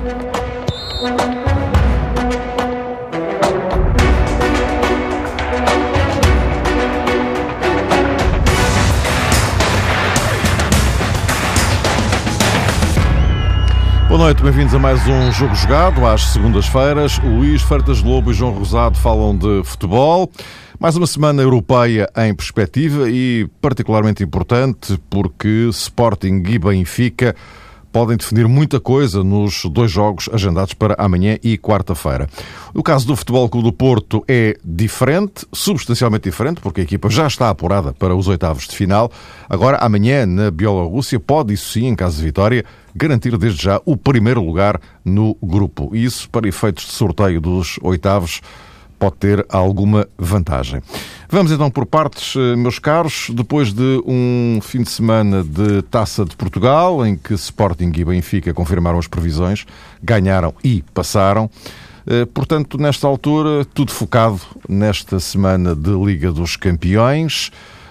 Boa noite, bem-vindos a mais um Jogo Jogado, às segundas-feiras. O Luís Freitas Lobo e João Rosado falam de futebol. Mais uma semana europeia em perspectiva e particularmente importante porque Sporting e Benfica podem definir muita coisa nos dois jogos agendados para amanhã e quarta-feira. O caso do Futebol Clube do Porto é diferente, substancialmente diferente, porque a equipa já está apurada para os oitavos de final. Agora, amanhã, na Bielorrússia, pode, isso sim, em caso de vitória, garantir desde já o primeiro lugar no grupo. E isso, para efeitos de sorteio dos oitavos, pode ter alguma vantagem. Vamos então por partes, meus caros. Depois de um fim de semana de Taça de Portugal, em que Sporting e Benfica confirmaram as previsões, ganharam e passaram. Portanto, nesta altura, tudo focado nesta semana de Liga dos Campeões.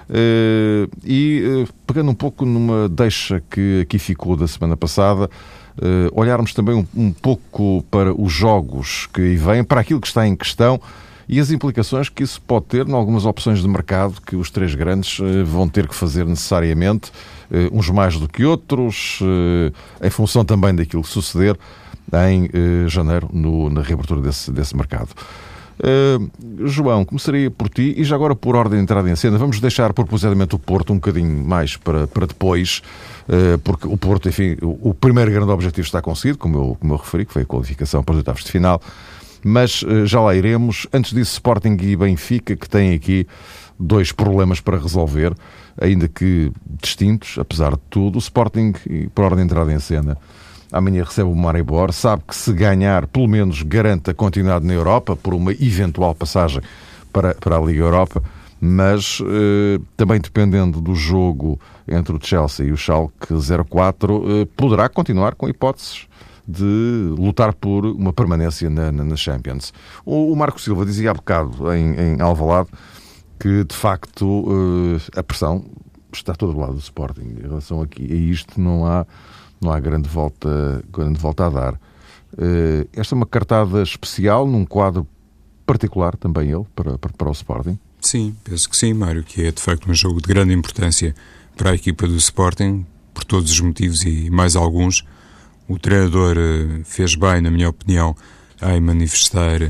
E pegando um pouco numa deixa que aqui ficou da semana passada, olharmos também um pouco para os jogos que aí vêm, para aquilo que está em questão e as implicações que isso pode ter em algumas opções de mercado que os três grandes vão ter que fazer necessariamente, uns mais do que outros, em função também daquilo que suceder em janeiro, na reabertura desse mercado. João, começaria por ti e já agora por ordem de entrada em cena. Vamos deixar propositadamente o Porto um bocadinho mais para depois, porque o Porto, enfim, o primeiro grande objetivo está conseguido, como eu referi, que foi a qualificação para os oitavos de final, mas já lá iremos. Antes disso, Sporting e Benfica, que têm aqui dois problemas para resolver, ainda que distintos, apesar de tudo. O Sporting, por ordem de entrada em cena, amanhã recebe o Maribor, sabe que se ganhar, pelo menos garante a continuidade na Europa, por uma eventual passagem para a Liga Europa, mas também dependendo do jogo entre o Chelsea e o Schalke 04, poderá continuar com hipóteses de lutar por uma permanência na Champions. O Marco Silva dizia há bocado em Alvalade que, de facto, a pressão está toda do lado do Sporting. Em relação a isto, não há grande volta a dar. Esta é uma cartada especial, num quadro particular também para o Sporting? Sim, penso que sim, Mário, que é de facto um jogo de grande importância para a equipa do Sporting, por todos os motivos e mais alguns. O treinador fez bem, na minha opinião, em manifestar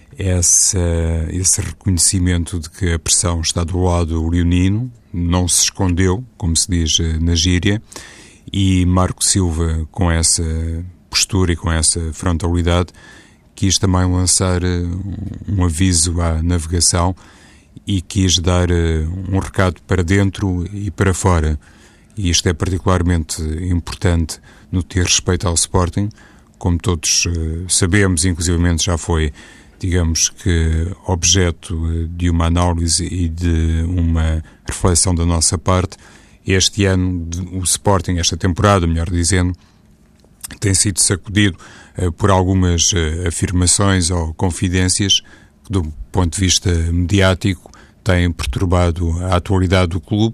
esse reconhecimento de que a pressão está do lado leonino, não se escondeu, como se diz na gíria, e Marco Silva, com essa postura e com essa frontalidade, quis também lançar um aviso à navegação e quis dar um recado para dentro e para fora. E isto é particularmente importante no que diz respeito ao Sporting, como todos sabemos, inclusivamente já foi, digamos que, objeto de uma análise e de uma reflexão da nossa parte. Este ano, o Sporting, esta temporada, melhor dizendo, tem sido sacudido por algumas afirmações ou confidêncies que, do ponto de vista mediático, têm perturbado a atualidade do clube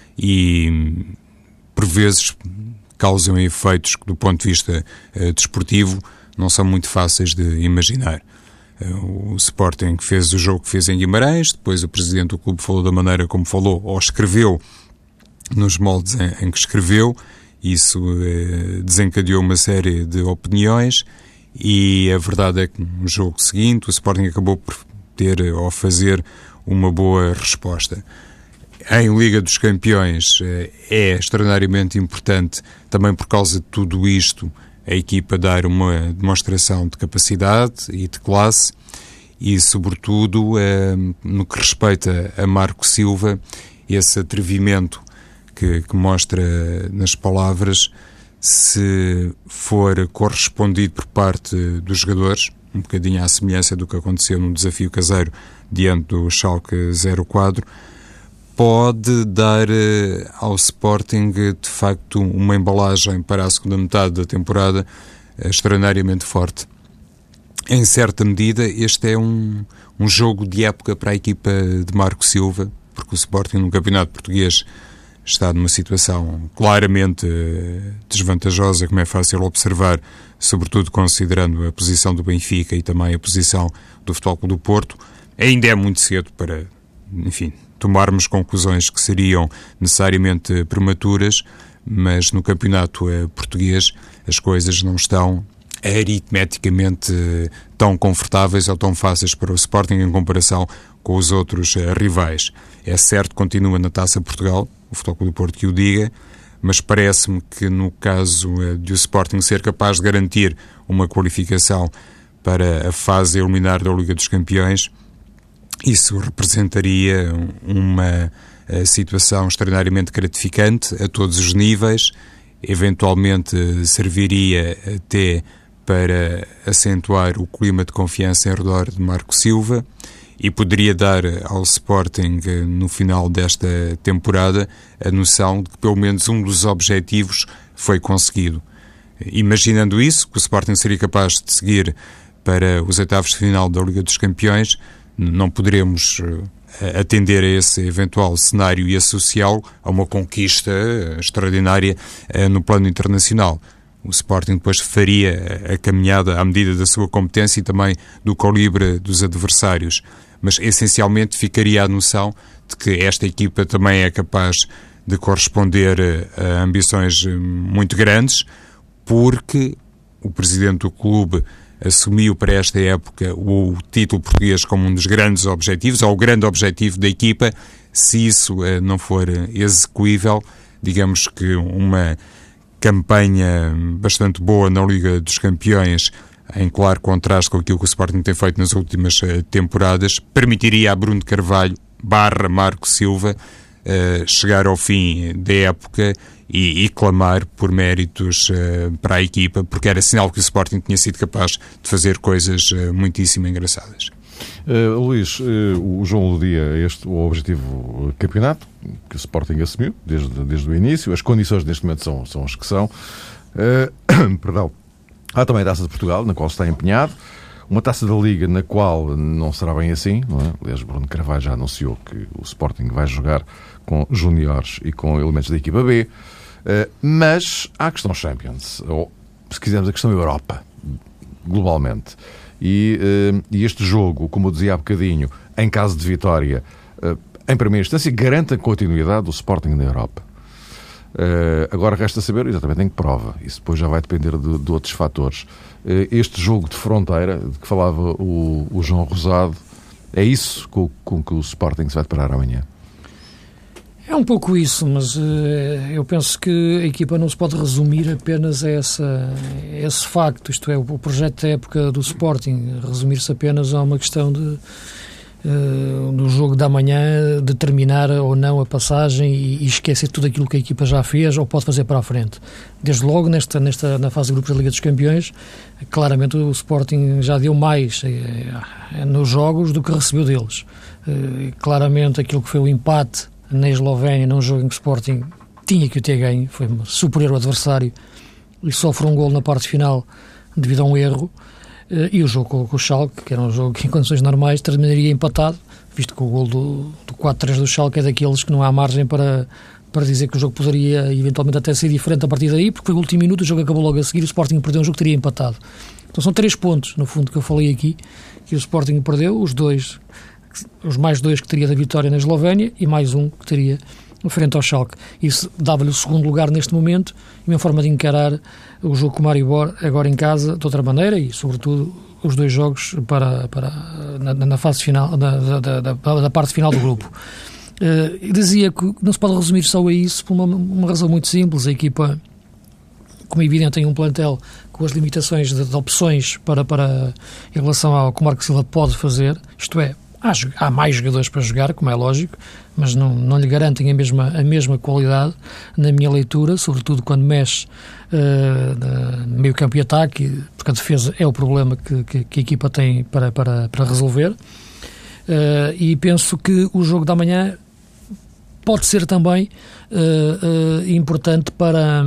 e, por vezes, causam efeitos que, do ponto de vista desportivo, não são muito fáceis de imaginar. O Sporting fez o jogo que fez em Guimarães, depois o presidente do clube falou da maneira como falou, ou escreveu nos moldes em que escreveu. Isso desencadeou uma série de opiniões e a verdade é que no jogo seguinte o Sporting acabou por ter ou fazer uma boa resposta. Em Liga dos Campeões é extraordinariamente importante, também por causa de tudo isto, a equipa dar uma demonstração de capacidade e de classe e, sobretudo, no que respeita a Marco Silva, esse atrevimento que mostra nas palavras, se for correspondido por parte dos jogadores, um bocadinho à semelhança do que aconteceu no desafio caseiro diante do Schalke 04, pode dar ao Sporting, de facto, uma embalagem para a segunda metade da temporada extraordinariamente forte. Em certa medida, este é um jogo de época para a equipa de Marco Silva, porque o Sporting no Campeonato Português está numa situação claramente desvantajosa, como é fácil observar, sobretudo considerando a posição do Benfica e também a posição do Futebol Clube do Porto. Ainda é muito cedo para, enfim, tomarmos conclusões que seriam necessariamente prematuras, mas no campeonato português as coisas não estão aritmeticamente tão confortáveis ou tão fáceis para o Sporting em comparação com os outros rivais. É certo que continua na Taça Portugal, o Futebol Clube do Porto que o diga, mas parece-me que no caso de o Sporting ser capaz de garantir uma qualificação para a fase eliminar da Liga dos Campeões, isso representaria uma situação extraordinariamente gratificante a todos os níveis, eventualmente serviria até para acentuar o clima de confiança em redor de Marco Silva e poderia dar ao Sporting, no final desta temporada, a noção de que pelo menos um dos objetivos foi conseguido. Imaginando isso, que o Sporting seria capaz de seguir para os oitavos de final da Liga dos Campeões, não poderemos atender a esse eventual cenário e associá-lo a uma conquista extraordinária no plano internacional. O Sporting depois faria a caminhada à medida da sua competência e também do calibre dos adversários, mas essencialmente ficaria a noção de que esta equipa também é capaz de corresponder a ambições muito grandes, porque o presidente do clube assumiu para esta época o título português como um dos grandes objetivos, ou o grande objetivo da equipa. Se isso não for execuível, digamos que uma campanha bastante boa na Liga dos Campeões, em claro contraste com aquilo que o Sporting tem feito nas últimas temporadas, permitiria a Bruno Carvalho / Marco Silva chegar ao fim da época e clamar por méritos para a equipa, porque era sinal que o Sporting tinha sido capaz de fazer coisas muitíssimo engraçadas. Luís, o João aludia a o objetivo campeonato que o Sporting assumiu desde o início. As condições neste momento são as que são. Perdão. Há também a Taça de Portugal, na qual está empenhado. Uma Taça da Liga na qual não será bem assim, não é? Aliás, Bruno Carvalho já anunciou que o Sporting vai jogar com júniores e com elementos da equipa B. Mas há a questão Champions, ou se quisermos a questão Europa, globalmente. E este jogo, como eu dizia há bocadinho, em caso de vitória, em primeira instância, garante a continuidade do Sporting na Europa. Agora resta saber exatamente em que prova. Isso depois já vai depender de outros fatores. Este jogo de fronteira, de que falava o João Rosado, é isso com que o Sporting se vai deparar amanhã? É um pouco isso, mas eu penso que a equipa não se pode resumir apenas a esse facto. Isto é, o projeto da época do Sporting, resumir-se apenas a uma questão de no jogo da manhã determinar ou não a passagem e esquecer tudo aquilo que a equipa já fez ou pode fazer para a frente. Desde logo, na fase de grupos da Liga dos Campeões, claramente o Sporting já deu mais nos jogos do que recebeu deles. Claramente aquilo que foi o empate na Eslovénia, num jogo em que o Sporting tinha que o ter ganho, foi superior ao adversário e sofre um golo na parte final devido a um erro. E o jogo com o Schalke, que era um jogo que em condições normais terminaria empatado, visto que o golo do 4-3 do Schalke é daqueles que não há margem para dizer que o jogo poderia eventualmente até ser diferente a partir daí, porque foi o último minuto, o jogo acabou logo a seguir, o Sporting perdeu um jogo que teria empatado. Então são 3 pontos, no fundo, que eu falei aqui, que o Sporting perdeu, os mais 2 que teria da vitória na Eslovénia e mais 1 que teria frente ao Schalke. Isso dava-lhe o segundo lugar neste momento e uma forma de encarar o jogo com o Maribor agora em casa de outra maneira e, sobretudo, os 2 jogos na fase final, da parte final do grupo. Dizia que não se pode resumir só a isso por uma razão muito simples. A equipa, como é evidente, tem um plantel com as limitações de opções em relação ao que o Marco Silva pode fazer, isto é, há mais jogadores para jogar, como é lógico, mas não lhe garantem a mesma qualidade, na minha leitura, sobretudo quando mexe no meio campo e ataque, porque a defesa é o problema que a equipa tem para resolver. E penso que o jogo da manhã pode ser também importante para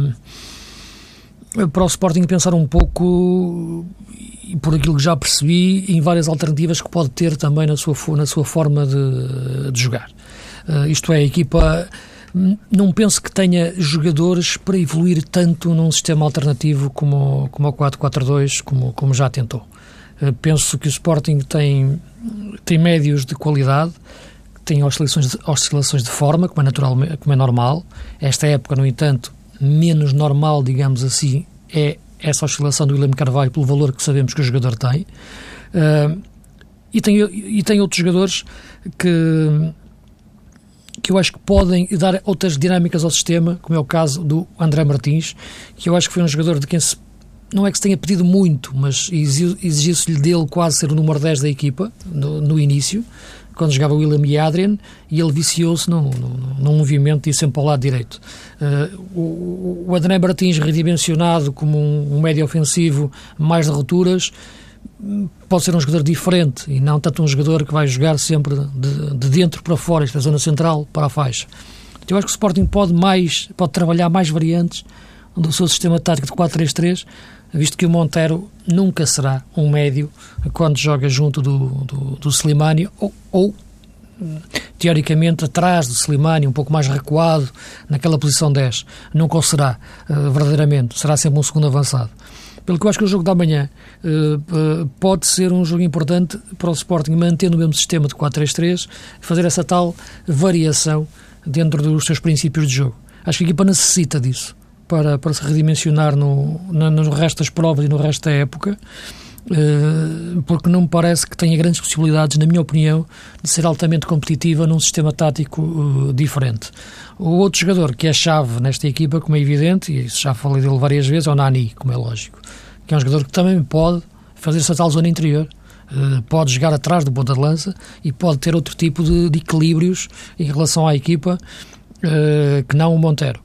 o Sporting pensar um pouco, e por aquilo que já percebi, em várias alternativas que pode ter também na sua forma de jogar. Isto é, a equipa não penso que tenha jogadores para evoluir tanto num sistema alternativo como o 4-4-2, como já tentou. Penso que o Sporting tem médios de qualidade, tem oscilações de forma, como é normal. Esta época, no entanto, menos normal, digamos assim, é essa oscilação do William Carvalho pelo valor que sabemos que o jogador tem. E tem outros jogadores que eu acho que podem dar outras dinâmicas ao sistema, como é o caso do André Martins, que eu acho que foi um jogador de quem não é que se tenha pedido muito, mas exigiu-se-lhe dele quase ser o número 10 da equipa, no início, quando jogava William e Adrian, e ele viciou-se num movimento e sempre ao lado direito. O André Martins, redimensionado como um médio ofensivo mais de rupturas, pode ser um jogador diferente e não tanto um jogador que vai jogar sempre de dentro para fora, da zona central para a faixa. Eu acho que o Sporting pode trabalhar mais variantes do seu sistema tático de 4-3-3, visto que o Montero nunca será um médio quando joga junto do Slimani ou teoricamente atrás do Slimani, um pouco mais recuado naquela posição 10. Nunca o será, verdadeiramente. Será sempre um segundo avançado. Pelo que eu acho que o jogo da manhã pode ser um jogo importante para o Sporting, mantendo o mesmo sistema de 4-3-3, fazer essa tal variação dentro dos seus princípios de jogo. Acho que a equipa necessita disso para se redimensionar no resto das provas e no resto da época, porque não me parece que tenha grandes possibilidades, na minha opinião, de ser altamente competitiva num sistema tático diferente. O outro jogador que é chave nesta equipa, como é evidente, e já falei dele várias vezes, é o Nani, como é lógico, que é um jogador que também pode fazer essa tal zona interior, pode jogar atrás do ponta de lança e pode ter outro tipo de equilíbrios em relação à equipa que não o Montero.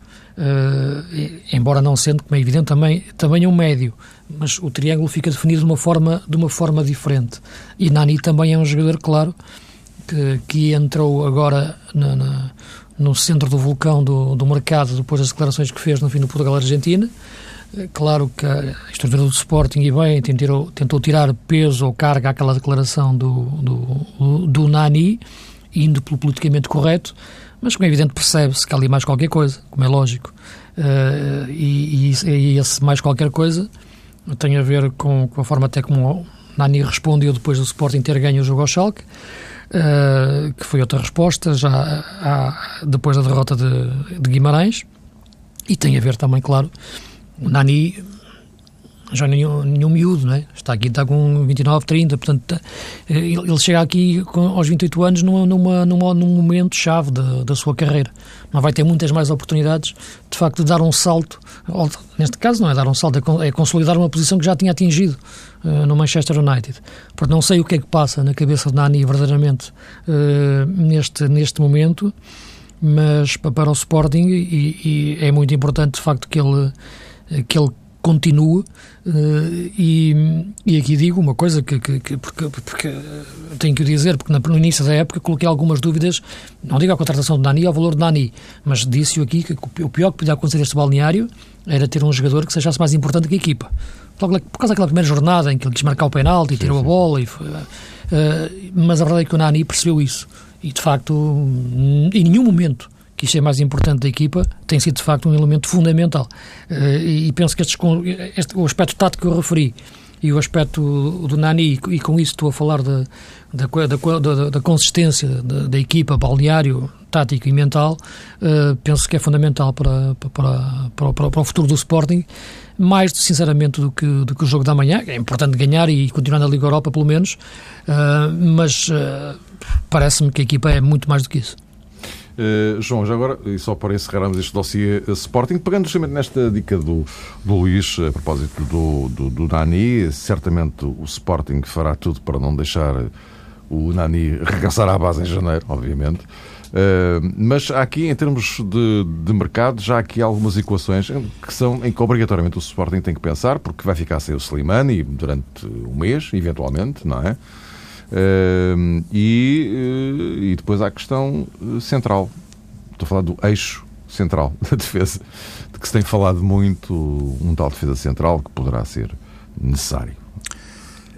Embora não sendo, como é evidente, também um médio, mas o triângulo fica definido de uma forma diferente. E Nani também é um jogador, claro, que entrou agora no centro do vulcão do mercado depois das declarações que fez no fim do Portugal-Argentina. Claro que a estrutura do Sporting, e bem, tentou tirar peso ou carga àquela declaração do Nani, indo pelo politicamente correto, mas como é evidente percebe-se que há ali mais qualquer coisa, como é lógico. E esse mais qualquer coisa tem a ver com a forma até como o Nani respondeu depois do Sporting ter ganho o jogo ao Schalke, que foi outra resposta, depois da derrota de Guimarães, e tem a ver também, claro, o Nani já nenhum miúdo, não é? Está com 29, 30, portanto ele chega aqui aos 28 anos num momento-chave da sua carreira. Não vai ter muitas mais oportunidades, de facto, de dar um salto. Neste caso não é dar um salto, é consolidar uma posição que já tinha atingido no Manchester United. Portanto, não sei o que é que passa na cabeça de Nani verdadeiramente neste momento, mas para o Sporting e é muito importante, de facto, que ele continue, e aqui digo uma coisa porque tenho que o dizer, porque no início da época coloquei algumas dúvidas, não digo à contratação de Nani, ao valor de Nani, mas disse-o aqui que o pior que podia acontecer neste balneário era ter um jogador que se achasse mais importante que a equipa. Logo, por causa daquela primeira jornada em que ele quis marcar o penalti e tirou a bola, mas a verdade é que o Nani percebeu isso, e de facto em nenhum momento que isto é mais importante da equipa, tem sido de facto um elemento fundamental. E penso que o aspecto tático que eu referi e o aspecto do Nani, e com isso estou a falar da consistência da equipa, balneário, tático e mental, penso que é fundamental para o futuro do Sporting, mais sinceramente do que o jogo da manhã. É importante ganhar e continuar na Liga Europa pelo menos, mas parece-me que a equipa é muito mais do que isso. João, já agora, e só para encerrarmos este dossiê Sporting, pegando justamente nesta dica do Luís, a propósito do Nani, certamente o Sporting fará tudo para não deixar o Nani regressar à base em janeiro, obviamente. Mas há aqui, em termos de mercado, já há aqui algumas equações em que obrigatoriamente o Sporting tem que pensar, porque vai ficar sem o Slimani durante um mês, eventualmente, não é? E depois há a questão central. Estou a falar do eixo central da defesa, de que se tem falado muito, um tal defesa central que poderá ser necessário.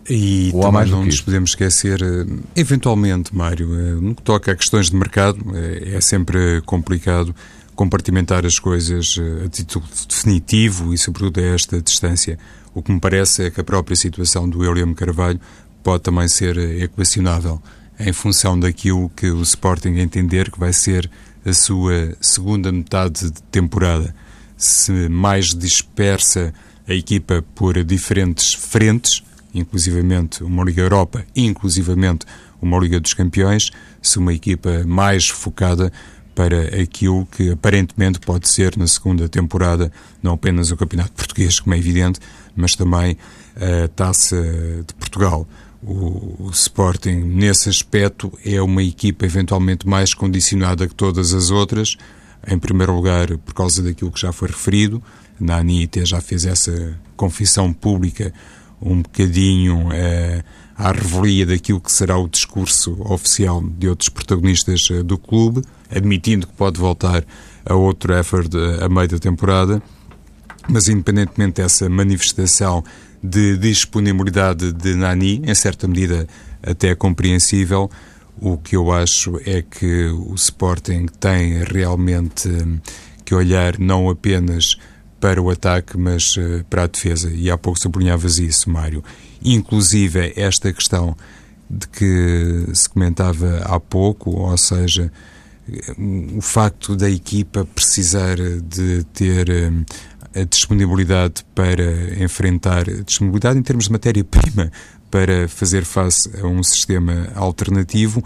E também não nos podemos esquecer, eventualmente, Mário, no que toca a questões de mercado, é sempre complicado compartimentar as coisas a título definitivo e, sobretudo, a esta distância. O que me parece é que a própria situação do William Carvalho pode também ser equacionável em função daquilo que o Sporting entender que vai ser a sua segunda metade de temporada. Se mais dispersa a equipa por diferentes frentes, inclusivamente uma Liga Europa e inclusivamente uma Liga dos Campeões, se uma equipa mais focada para aquilo que aparentemente pode ser na segunda temporada, não apenas o Campeonato Português, como é evidente, mas também a Taça de Portugal. O Sporting, nesse aspecto, é uma equipa eventualmente mais condicionada que todas as outras, em primeiro lugar por causa daquilo que já foi referido. Nani até já fez essa confissão pública um bocadinho à revelia daquilo que será o discurso oficial de outros protagonistas do clube, admitindo que pode voltar a Old Trafford a meio da temporada, mas independentemente dessa manifestação de disponibilidade de Nani, em certa medida até compreensível, o que eu acho é que o Sporting tem realmente que olhar não apenas para o ataque, mas para a defesa. E há pouco sublinhavas isso, Mário. Inclusive esta questão de que se comentava há pouco, ou seja, o facto da equipa precisar de ter a disponibilidade para enfrentar, disponibilidade em termos de matéria-prima, para fazer face a um sistema alternativo,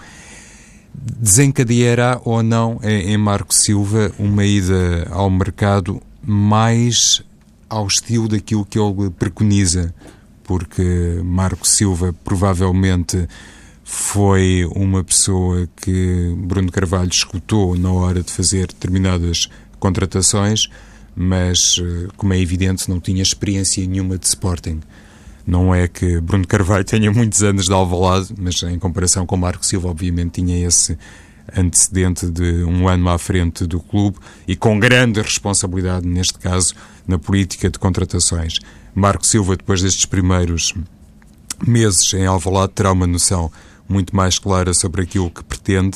desencadeará ou não em Marco Silva uma ida ao mercado mais ao estilo daquilo que ele preconiza, porque Marco Silva provavelmente foi uma pessoa que Bruno Carvalho escutou na hora de fazer determinadas contratações, mas, como é evidente, não tinha experiência nenhuma de Sporting. Não é que Bruno Carvalho tenha muitos anos de Alvalade, mas em comparação com Marco Silva, obviamente, tinha esse antecedente de um ano à frente do clube e com grande responsabilidade, neste caso, na política de contratações. Marco Silva, depois destes primeiros meses em Alvalade, terá uma noção muito mais clara sobre aquilo que pretende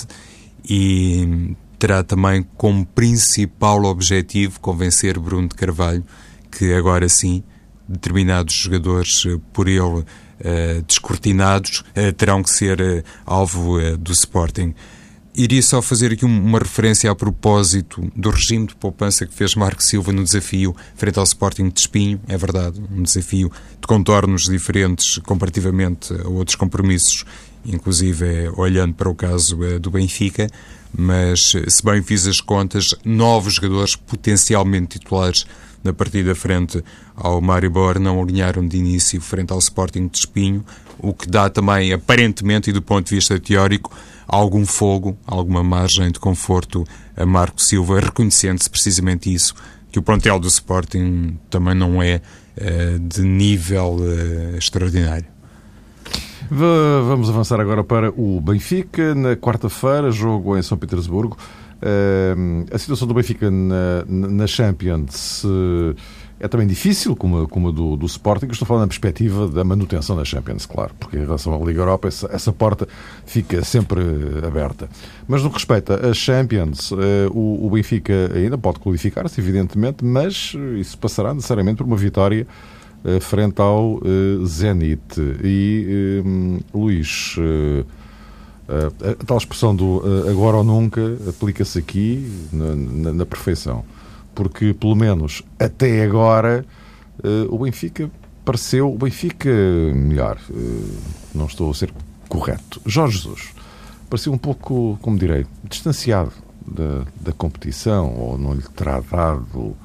e terá também como principal objetivo convencer Bruno de Carvalho que agora sim determinados jogadores por ele descortinados terão que ser alvo do Sporting. Iria só fazer aqui uma referência a propósito do regime de poupança que fez Marco Silva no desafio frente ao Sporting de Espinho. É verdade, um desafio de contornos diferentes comparativamente a outros compromissos, inclusive olhando para o caso do Benfica, mas se bem fiz as contas, 9 jogadores potencialmente titulares na partida frente ao Maribor não alinharam de início frente ao Sporting de Espinho, o que dá também, aparentemente e do ponto de vista teórico, algum fogo, alguma margem de conforto a Marco Silva, reconhecendo-se precisamente isso, que o plantel do Sporting também não é de nível extraordinário. Vamos avançar agora para o Benfica, na quarta-feira, jogo em São Petersburgo. A situação do Benfica na Champions é também difícil, como a do Sporting. Estou falando na perspectiva da manutenção da Champions, claro, porque em relação à Liga Europa essa porta fica sempre aberta. Mas no que respeita à Champions, o Benfica ainda pode qualificar-se, evidentemente, mas isso passará necessariamente por uma vitória frente ao Zenit. E, Luís, a tal expressão do agora ou nunca aplica-se aqui na perfeição, porque pelo menos até agora o Benfica pareceu o Benfica melhor, não estou a ser correto, Jorge Jesus pareceu um pouco, como direi, distanciado da competição, ou não lhe terá dado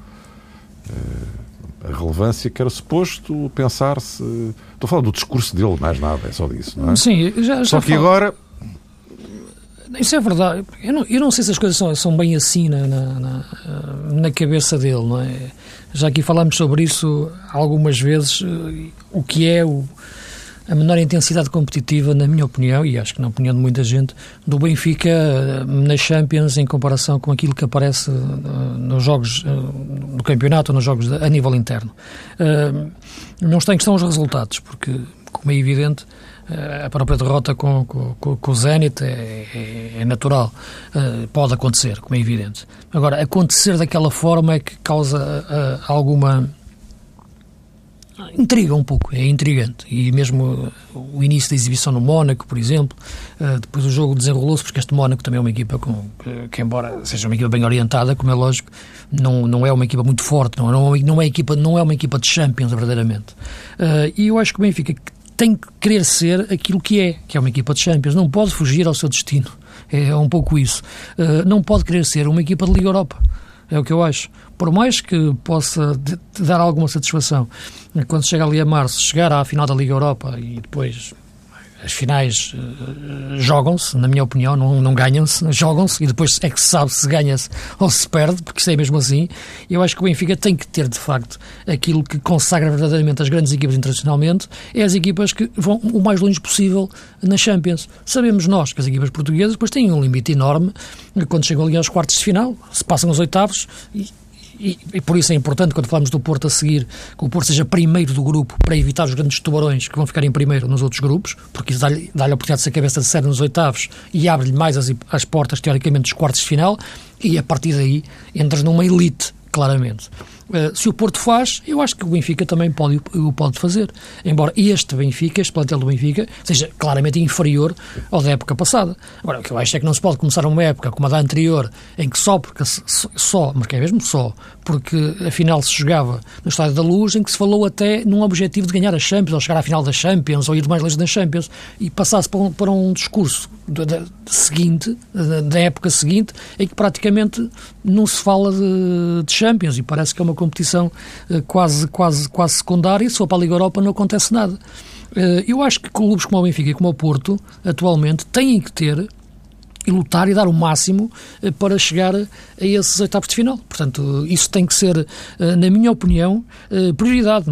a relevância que era suposto pensar-se. Estou a falar do discurso dele, mais nada, é só disso, não é? Sim, só que agora... Isso é verdade. Eu não sei se as coisas são bem assim na cabeça dele, não é? Já aqui falámos sobre isso algumas vezes, o que é a menor intensidade competitiva, na minha opinião, e acho que na opinião de muita gente, do Benfica nas Champions em comparação com aquilo que aparece nos jogos do campeonato ou nos jogos a nível interno. Não está em questão os resultados, porque como é evidente, a própria derrota com o Zenit é natural. Pode acontecer, como é evidente. Agora, acontecer daquela forma é que causa alguma intriga um pouco, é intrigante. E mesmo o início da exibição no Mónaco, por exemplo, depois o jogo desenrolou-se, porque este Mónaco também é uma equipa que embora seja uma equipa bem orientada, como é lógico, não é uma equipa muito forte, não é uma equipa de Champions, verdadeiramente. E eu acho que o Benfica tem que querer ser aquilo que é uma equipa de Champions, não pode fugir ao seu destino, é um pouco isso. Não pode querer ser uma equipa de Liga Europa, é o que eu acho. Por mais que possa dar alguma satisfação, quando chega ali a março, chegar à final da Liga Europa e depois as finais jogam-se, na minha opinião, não ganham-se, jogam-se, e depois é que se sabe se ganha-se ou se perde, porque isso é mesmo assim. Eu acho que o Benfica tem que ter, de facto, aquilo que consagra verdadeiramente as grandes equipas internacionalmente, é as equipas que vão o mais longe possível na Champions. Sabemos nós que as equipas portuguesas depois têm um limite enorme quando chegam ali aos quartos de final, se passam aos oitavos, e por isso é importante, quando falamos do Porto a seguir, que o Porto seja primeiro do grupo, para evitar os grandes tubarões que vão ficar em primeiro nos outros grupos, porque isso dá-lhe a oportunidade de ser cabeça de série nos oitavos e abre-lhe mais as portas, teoricamente, dos quartos de final, e a partir daí entras numa elite, claramente. Se o Porto faz, eu acho que o Benfica também o pode fazer. Embora este plantel do Benfica, seja claramente inferior ao da época passada. Agora, o que eu acho é que não se pode começar uma época como a da anterior, em que mas que é mesmo só, porque afinal se jogava no Estádio da Luz, em que se falou até num objetivo de ganhar a Champions, ou chegar à final da Champions, ou ir mais longe da Champions, e passasse para um discurso da época seguinte, em que praticamente não se fala de Champions, e parece que é uma competição quase secundária, e se for para a Liga Europa não acontece nada. Eu acho que clubes como o Benfica e como o Porto, atualmente, têm que ter e lutar e dar o máximo para chegar a esses oitavos de final. Portanto, isso tem que ser, na minha opinião, prioridade.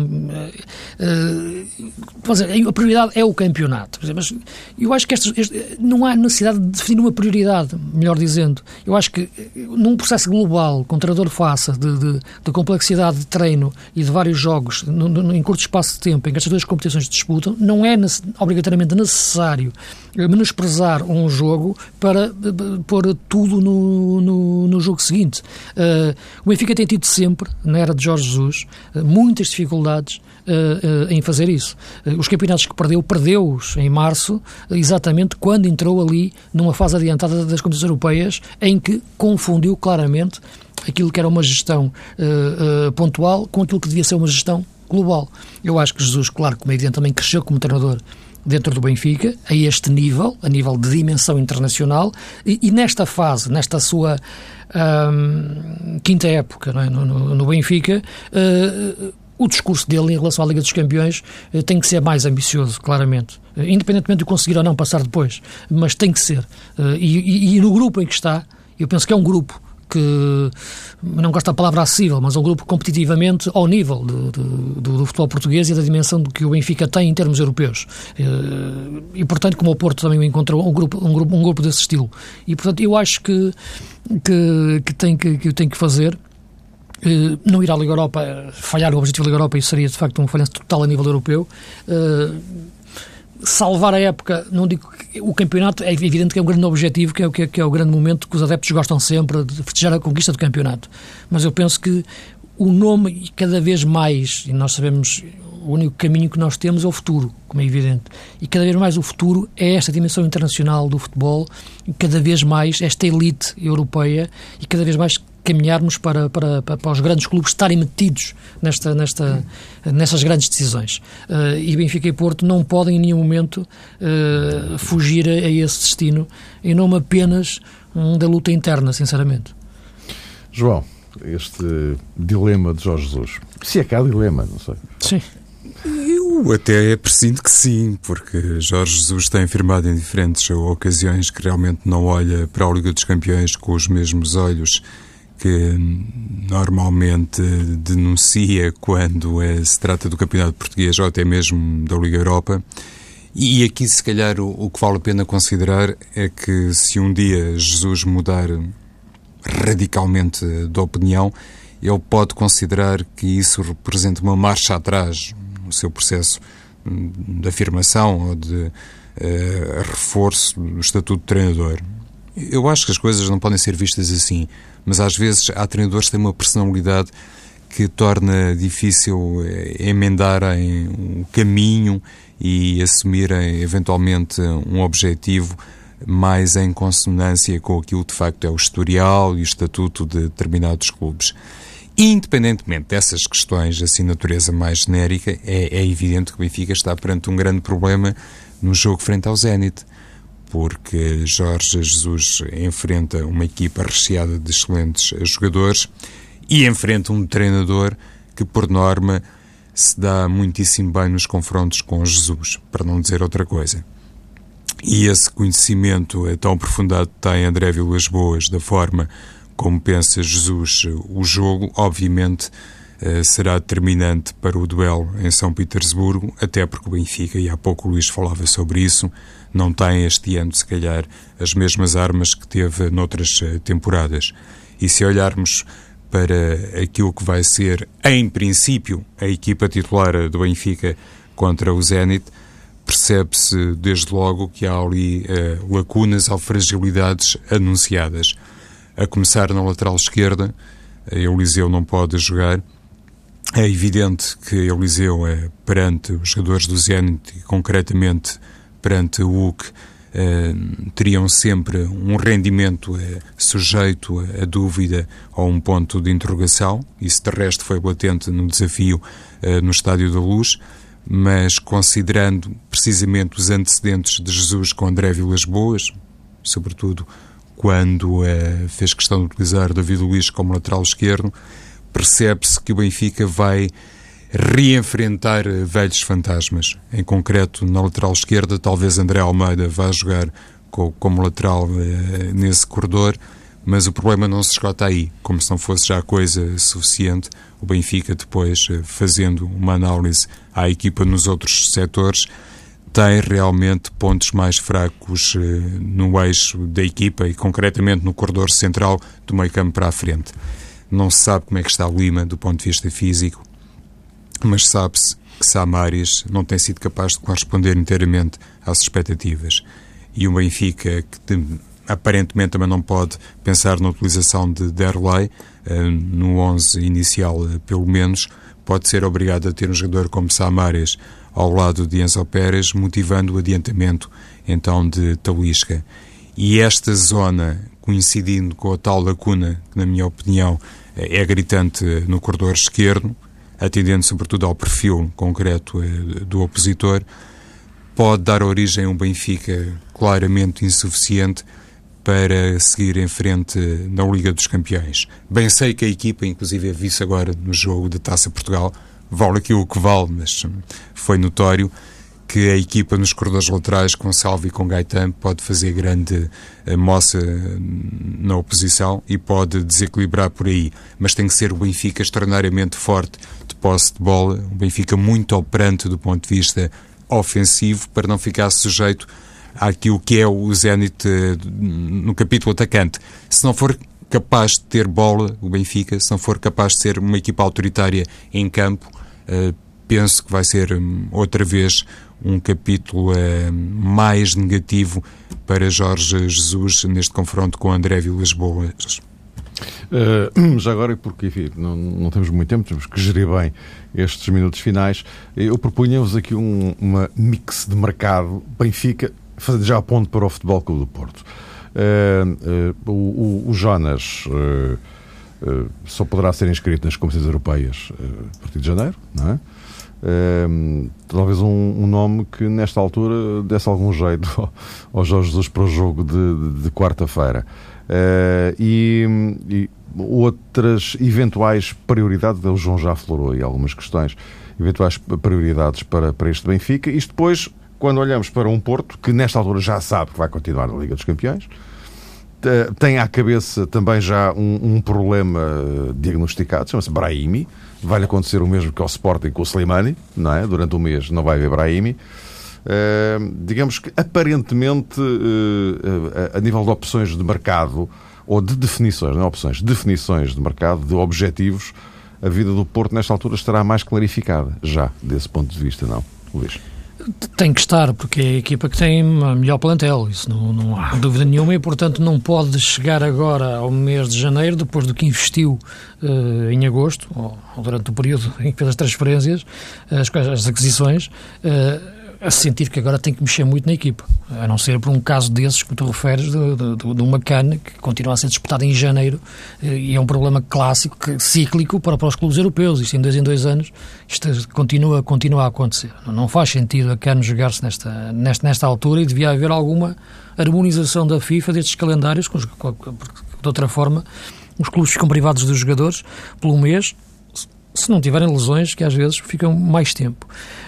A prioridade é o campeonato. Mas eu acho que não há necessidade de definir uma prioridade, melhor dizendo. Eu acho que num processo global, que um treinador faça de complexidade de treino e de vários jogos em curto espaço de tempo, em que estas duas competições se disputam, não é obrigatoriamente necessário menosprezar um jogo para pôr tudo no jogo seguinte. O Benfica tem tido sempre, na era de Jorge Jesus, muitas dificuldades em fazer isso. Os campeonatos que perdeu-os em março, exatamente quando entrou ali numa fase adiantada das competições europeias, em que confundiu claramente aquilo que era uma gestão pontual com aquilo que devia ser uma gestão global. Eu acho que Jesus, claro, como é evidente, também cresceu como treinador dentro do Benfica, a este nível, a nível de dimensão internacional, e nesta fase, nesta sua quinta época, não é? no Benfica, o discurso dele em relação à Liga dos Campeões tem que ser mais ambicioso, claramente, independentemente de conseguir ou não passar depois, mas tem que ser. E no grupo em que está, eu penso que é um grupo que, não gosto da palavra acessível, mas um grupo competitivamente ao nível do futebol português e da dimensão do que o Benfica tem em termos europeus. E portanto, como o Porto também encontrou um grupo desse estilo. E portanto, eu acho que tem que fazer. Não ir à Liga Europa, falhar o objetivo da Liga Europa, isso seria de facto uma falhança total a nível europeu. Salvar a época, não digo que o campeonato, é evidente que é um grande objetivo, que é o grande momento que os adeptos gostam sempre de festejar a conquista do campeonato, mas eu penso que o nome, cada vez mais, e nós sabemos, o único caminho que nós temos é o futuro, como é evidente, e cada vez mais o futuro é esta dimensão internacional do futebol, e cada vez mais esta elite europeia, e cada vez mais caminharmos para os grandes clubes estarem metidos nessas grandes decisões. E Benfica e Porto não podem em nenhum momento fugir a esse destino, em nome apenas da luta interna, sinceramente. João, este dilema de Jorge Jesus, se é que há dilema, não sei. Sim. Eu até presinto que sim, porque Jorge Jesus tem afirmado em diferentes ocasiões que realmente não olha para a Liga dos Campeões com os mesmos olhos que normalmente denuncia quando se trata do Campeonato Português ou até mesmo da Liga Europa. E aqui, se calhar, o que vale a pena considerar é que se um dia Jesus mudar radicalmente de opinião, ele pode considerar que isso representa uma marcha atrás no seu processo de afirmação ou de reforço do estatuto de treinador. Eu acho que as coisas não podem ser vistas assim, mas às vezes há treinadores que têm uma personalidade que torna difícil emendarem um caminho e assumirem eventualmente um objetivo mais em consonância com aquilo que de facto é o historial e o estatuto de determinados clubes. Independentemente dessas questões assim de natureza mais genérica, é evidente que o Benfica está perante um grande problema no jogo frente ao Zenit, porque Jorge Jesus enfrenta uma equipa recheada de excelentes jogadores e enfrenta um treinador que, por norma, se dá muitíssimo bem nos confrontos com Jesus, para não dizer outra coisa. E esse conhecimento tão aprofundado tem André Vilas-Boas da forma como pensa Jesus o jogo, obviamente será determinante para o duelo em São Petersburgo, até porque o Benfica, e há pouco o Luís falava sobre isso, não tem este ano, se calhar, as mesmas armas que teve noutras temporadas. E se olharmos para aquilo que vai ser, em princípio, a equipa titular do Benfica contra o Zenit, percebe-se desde logo que há ali lacunas ou fragilidades anunciadas. A começar na lateral esquerda, Eliseu não pode jogar. É evidente que Eliseu, perante os jogadores do Zenit e concretamente perante o UK, teriam sempre um rendimento sujeito a dúvida ou um ponto de interrogação. Isso de resto foi latente no desafio no Estádio da Luz, mas considerando precisamente os antecedentes de Jesus com André Vilas-Boas, sobretudo quando fez questão de utilizar David Luiz como lateral esquerdo, percebe-se que o Benfica vai reenfrentar velhos fantasmas. Em concreto, na lateral esquerda, talvez André Almeida vá jogar como lateral nesse corredor, mas o problema não se esgota aí. Como se não fosse já coisa suficiente, o Benfica, depois, fazendo uma análise à equipa nos outros setores, tem realmente pontos mais fracos no eixo da equipa e concretamente no corredor central do meio campo para a frente. Não se sabe como é que está o Lima do ponto de vista físico, mas sabe-se que Samaris não tem sido capaz de corresponder inteiramente às expectativas. E o Benfica, que aparentemente também não pode pensar na utilização de Derlei, no 11 inicial pelo menos, pode ser obrigado a ter um jogador como Samaris ao lado de Enzo Pérez, motivando o adiantamento então de Talisca. E esta zona, coincidindo com a tal lacuna, que na minha opinião é gritante no corredor esquerdo, atendendo sobretudo ao perfil concreto do opositor, pode dar origem a um Benfica claramente insuficiente para seguir em frente na Liga dos Campeões. Bem sei que a equipa, inclusive vi-se agora no jogo da Taça Portugal, vale aquilo que vale, mas foi notório que a equipa nos corredores laterais, com Salvo e com Gaetan, pode fazer grande moça na oposição e pode desequilibrar por aí. Mas tem que ser o Benfica extraordinariamente forte de posse de bola, um Benfica muito operante do ponto de vista ofensivo, para não ficar sujeito àquilo que é o Zenit no capítulo atacante. Se não for capaz de ter bola, o Benfica, se não for capaz de ser uma equipa autoritária em campo, penso que vai ser outra vez um capítulo mais negativo para Jorge Jesus neste confronto com André Vilas-Boas. Já agora, porque enfim, não temos muito tempo, temos que gerir bem estes minutos finais, eu propunha-vos aqui uma mix de mercado Benfica, fazendo já a ponto para o Futebol Clube do Porto. O Jonas só poderá ser inscrito nas competições europeias a partir de janeiro, não é? Talvez um nome que nesta altura desse algum jeito ao Jorge Jesus para o jogo de quarta-feira. E outras eventuais prioridades, o João já aflorou aí algumas questões, eventuais prioridades para este Benfica. Isto depois, quando olhamos para um Porto que nesta altura já sabe que vai continuar na Liga dos Campeões, tem à cabeça também já um problema diagnosticado, chama-se Brahimi. Vai-lhe acontecer o mesmo que ao Sporting com o Slimani, não é? Durante um mês não vai haver Brahimi. Digamos que aparentemente a nível de opções de mercado ou de definições, não é opções, definições de mercado, de objetivos, a vida do Porto nesta altura estará mais clarificada já desse ponto de vista, não, Luís? Tem que estar, porque é a equipa que tem a melhor plantel, isso não há dúvida nenhuma, e portanto não pode chegar agora ao mês de janeiro, depois do que investiu em agosto, ou durante o período em que fez as transferências, as aquisições, a sentir que agora tem que mexer muito na equipa, a não ser por um caso desses que tu referes, de uma CAN que continua a ser disputada em janeiro, e é um problema clássico, cíclico para os clubes europeus. Isto em 2 anos, isto continua a acontecer. Não faz sentido a CAN jogar-se nesta altura, e devia haver alguma harmonização da FIFA destes calendários, porque de outra forma os clubes ficam privados dos jogadores pelo mês, se não tiverem lesões, que às vezes ficam mais tempo.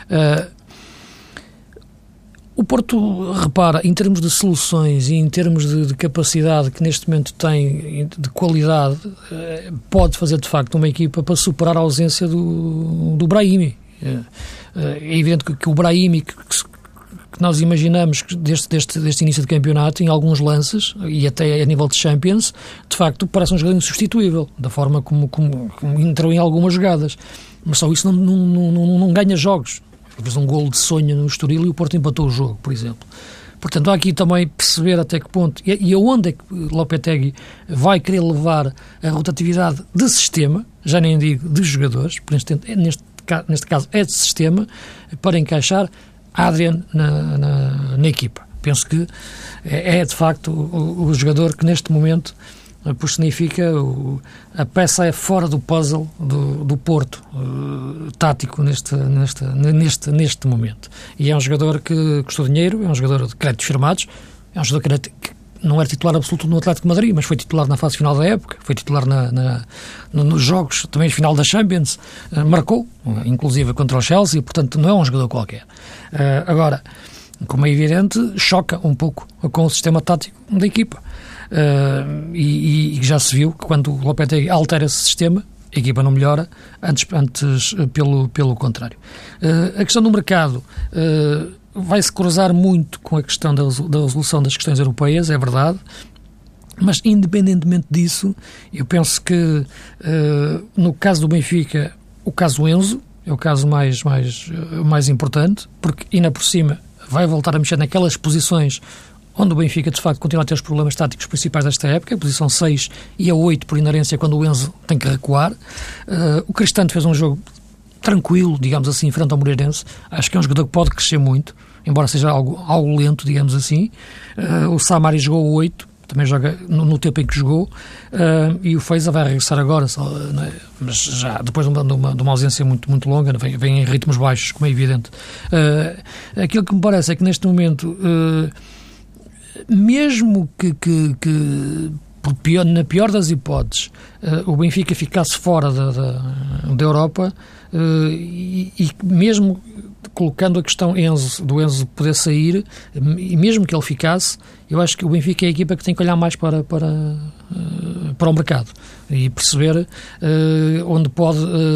O Porto, repara, em termos de soluções e em termos de capacidade que neste momento tem, de qualidade, pode fazer de facto uma equipa para superar a ausência do Brahimi. É evidente que o Brahimi que nós imaginamos deste início de campeonato, em alguns lances, e até a nível de Champions, de facto parece um jogador insubstituível, da forma como entrou em algumas jogadas. Mas só isso não ganha jogos. Fez um golo de sonho no Estoril e o Porto empatou o jogo, por exemplo. Portanto, há aqui também perceber até que ponto e aonde é que Lopetegui vai querer levar a rotatividade de sistema, já nem digo de jogadores, neste caso é de sistema, para encaixar Adrian na equipa. Penso que é de facto o jogador que neste momento personifica a peça é fora do puzzle do Porto, tático neste momento. E é um jogador que custou dinheiro, é um jogador de créditos firmados, é um jogador que não era titular absoluto no Atlético de Madrid, mas foi titular na fase final da época, foi titular nos jogos, também final da Champions, marcou, inclusive contra o Chelsea, portanto não é um jogador qualquer. Agora, como é evidente, choca um pouco com o sistema tático da equipa. E já se viu que quando o Lopetegui altera esse sistema, a equipa não melhora, antes pelo contrário. A questão do mercado vai-se cruzar muito com a questão da resolução das questões europeias, é verdade, mas independentemente disso, eu penso que no caso do Benfica, o caso Enzo é o caso mais importante, porque ainda por cima vai voltar a mexer naquelas posições onde o Benfica, de facto, continua a ter os problemas táticos principais desta época, a posição 6 e a 8, por inerência, quando o Enzo tem que recuar. O Cristante fez um jogo tranquilo, digamos assim, frente ao Moreirense. Acho que é um jogador que pode crescer muito, embora seja algo lento, digamos assim. O Samari jogou o 8, também joga no tempo em que jogou, e o Feiza vai regressar agora, mas já depois de uma ausência muito longa, vem em ritmos baixos, como é evidente. Aquilo que me parece é que neste momento, mesmo que na pior das hipóteses, o Benfica ficasse fora da Europa, e mesmo colocando a questão do Enzo poder sair, e mesmo que ele ficasse, eu acho que o Benfica é a equipa que tem que olhar mais para o mercado e perceber onde pode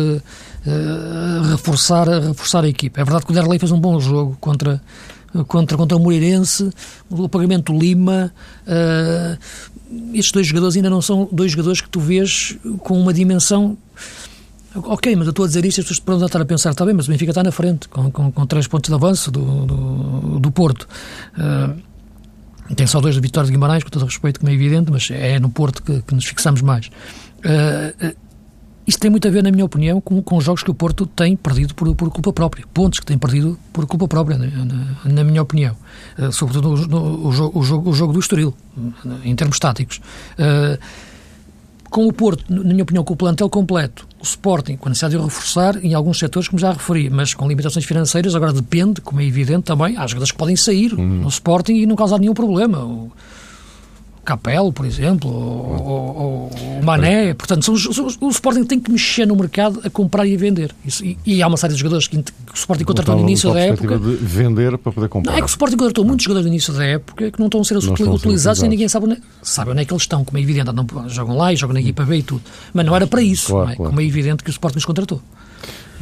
reforçar a equipa. É verdade que o Derlei fez um bom jogo contra o Moreirense, o pagamento Lima. Estes dois jogadores ainda não são dois jogadores que tu vês com uma dimensão. Ok, mas eu estou a dizer isto e as pessoas podem estar a pensar, está bem, mas o Benfica está na frente, com 3 pontos de avanço do Porto. Tem só 2 de Vitória de Guimarães, com todo o respeito, como é evidente, mas é no Porto que nos fixamos mais. Isto tem muito a ver, na minha opinião, com os jogos que o Porto tem perdido por culpa própria. Pontos que tem perdido por culpa própria, na minha opinião. Sobretudo o jogo do Estoril, em termos táticos. Com o Porto, na minha opinião, com o plantel completo, o Sporting, com a necessidade de reforçar em alguns setores, como já referi, mas com limitações financeiras, agora depende, como é evidente também, há jogadores que podem sair no Sporting e não causar nenhum problema. O Capello, por exemplo, ou o Mané. Portanto, o Sporting tem que mexer no mercado a comprar e a vender. E há uma série de jogadores que o Sporting contratou no início da época. De vender para poder comprar. Não, é que o Sporting contratou muitos jogadores no início da época que não estão a ser utilizados e ninguém sabe onde é que eles estão, como é evidente. Jogam lá e jogam na equipa B e tudo. Mas não era para isso, claro, não é? Claro. Como é evidente que o Sporting os contratou.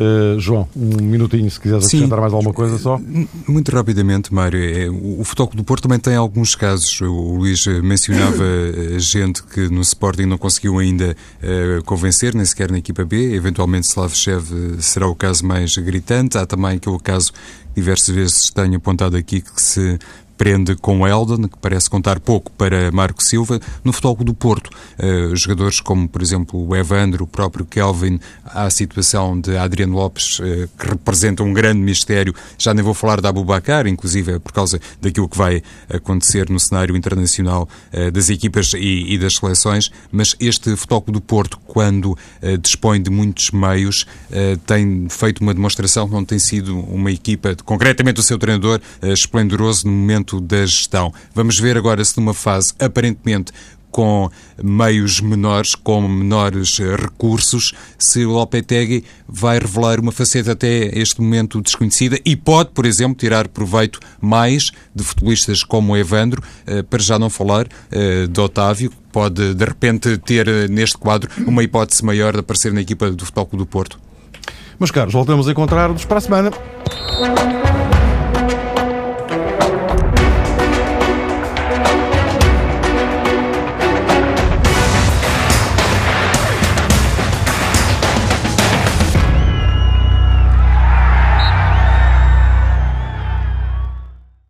João, um minutinho, se quiseres acrescentar mais alguma coisa só. Muito rapidamente, Mário. O Futebol Clube do Porto também tem alguns casos. O Luís mencionava gente que no Sporting não conseguiu ainda convencer, nem sequer na equipa B. Eventualmente Slavchev será o caso mais gritante. Há também aquele caso que diversas vezes tenho apontado aqui, que se prende com o Eldon, que parece contar pouco para Marco Silva. No Futebol Clube do Porto, jogadores como, por exemplo, o Evandro, o próprio Kelvin, há a situação de Adriano Lopes, que representa um grande mistério. Já nem vou falar de Aboubakar, inclusive por causa daquilo que vai acontecer no cenário internacional das equipas e das seleções, mas este Futebol Clube do Porto, quando dispõe de muitos meios, tem feito uma demonstração que não tem sido uma equipa, concretamente o seu treinador, esplendoroso no momento da gestão. Vamos ver agora se numa fase aparentemente com meios menores, com menores recursos, se o Lopetegui vai revelar uma faceta até este momento desconhecida e pode, por exemplo, tirar proveito mais de futebolistas como o Evandro, para já não falar de Otávio, que pode de repente ter neste quadro uma hipótese maior de aparecer na equipa do Futebol Clube do Porto. Meus caros, voltamos a encontrar-nos para a semana.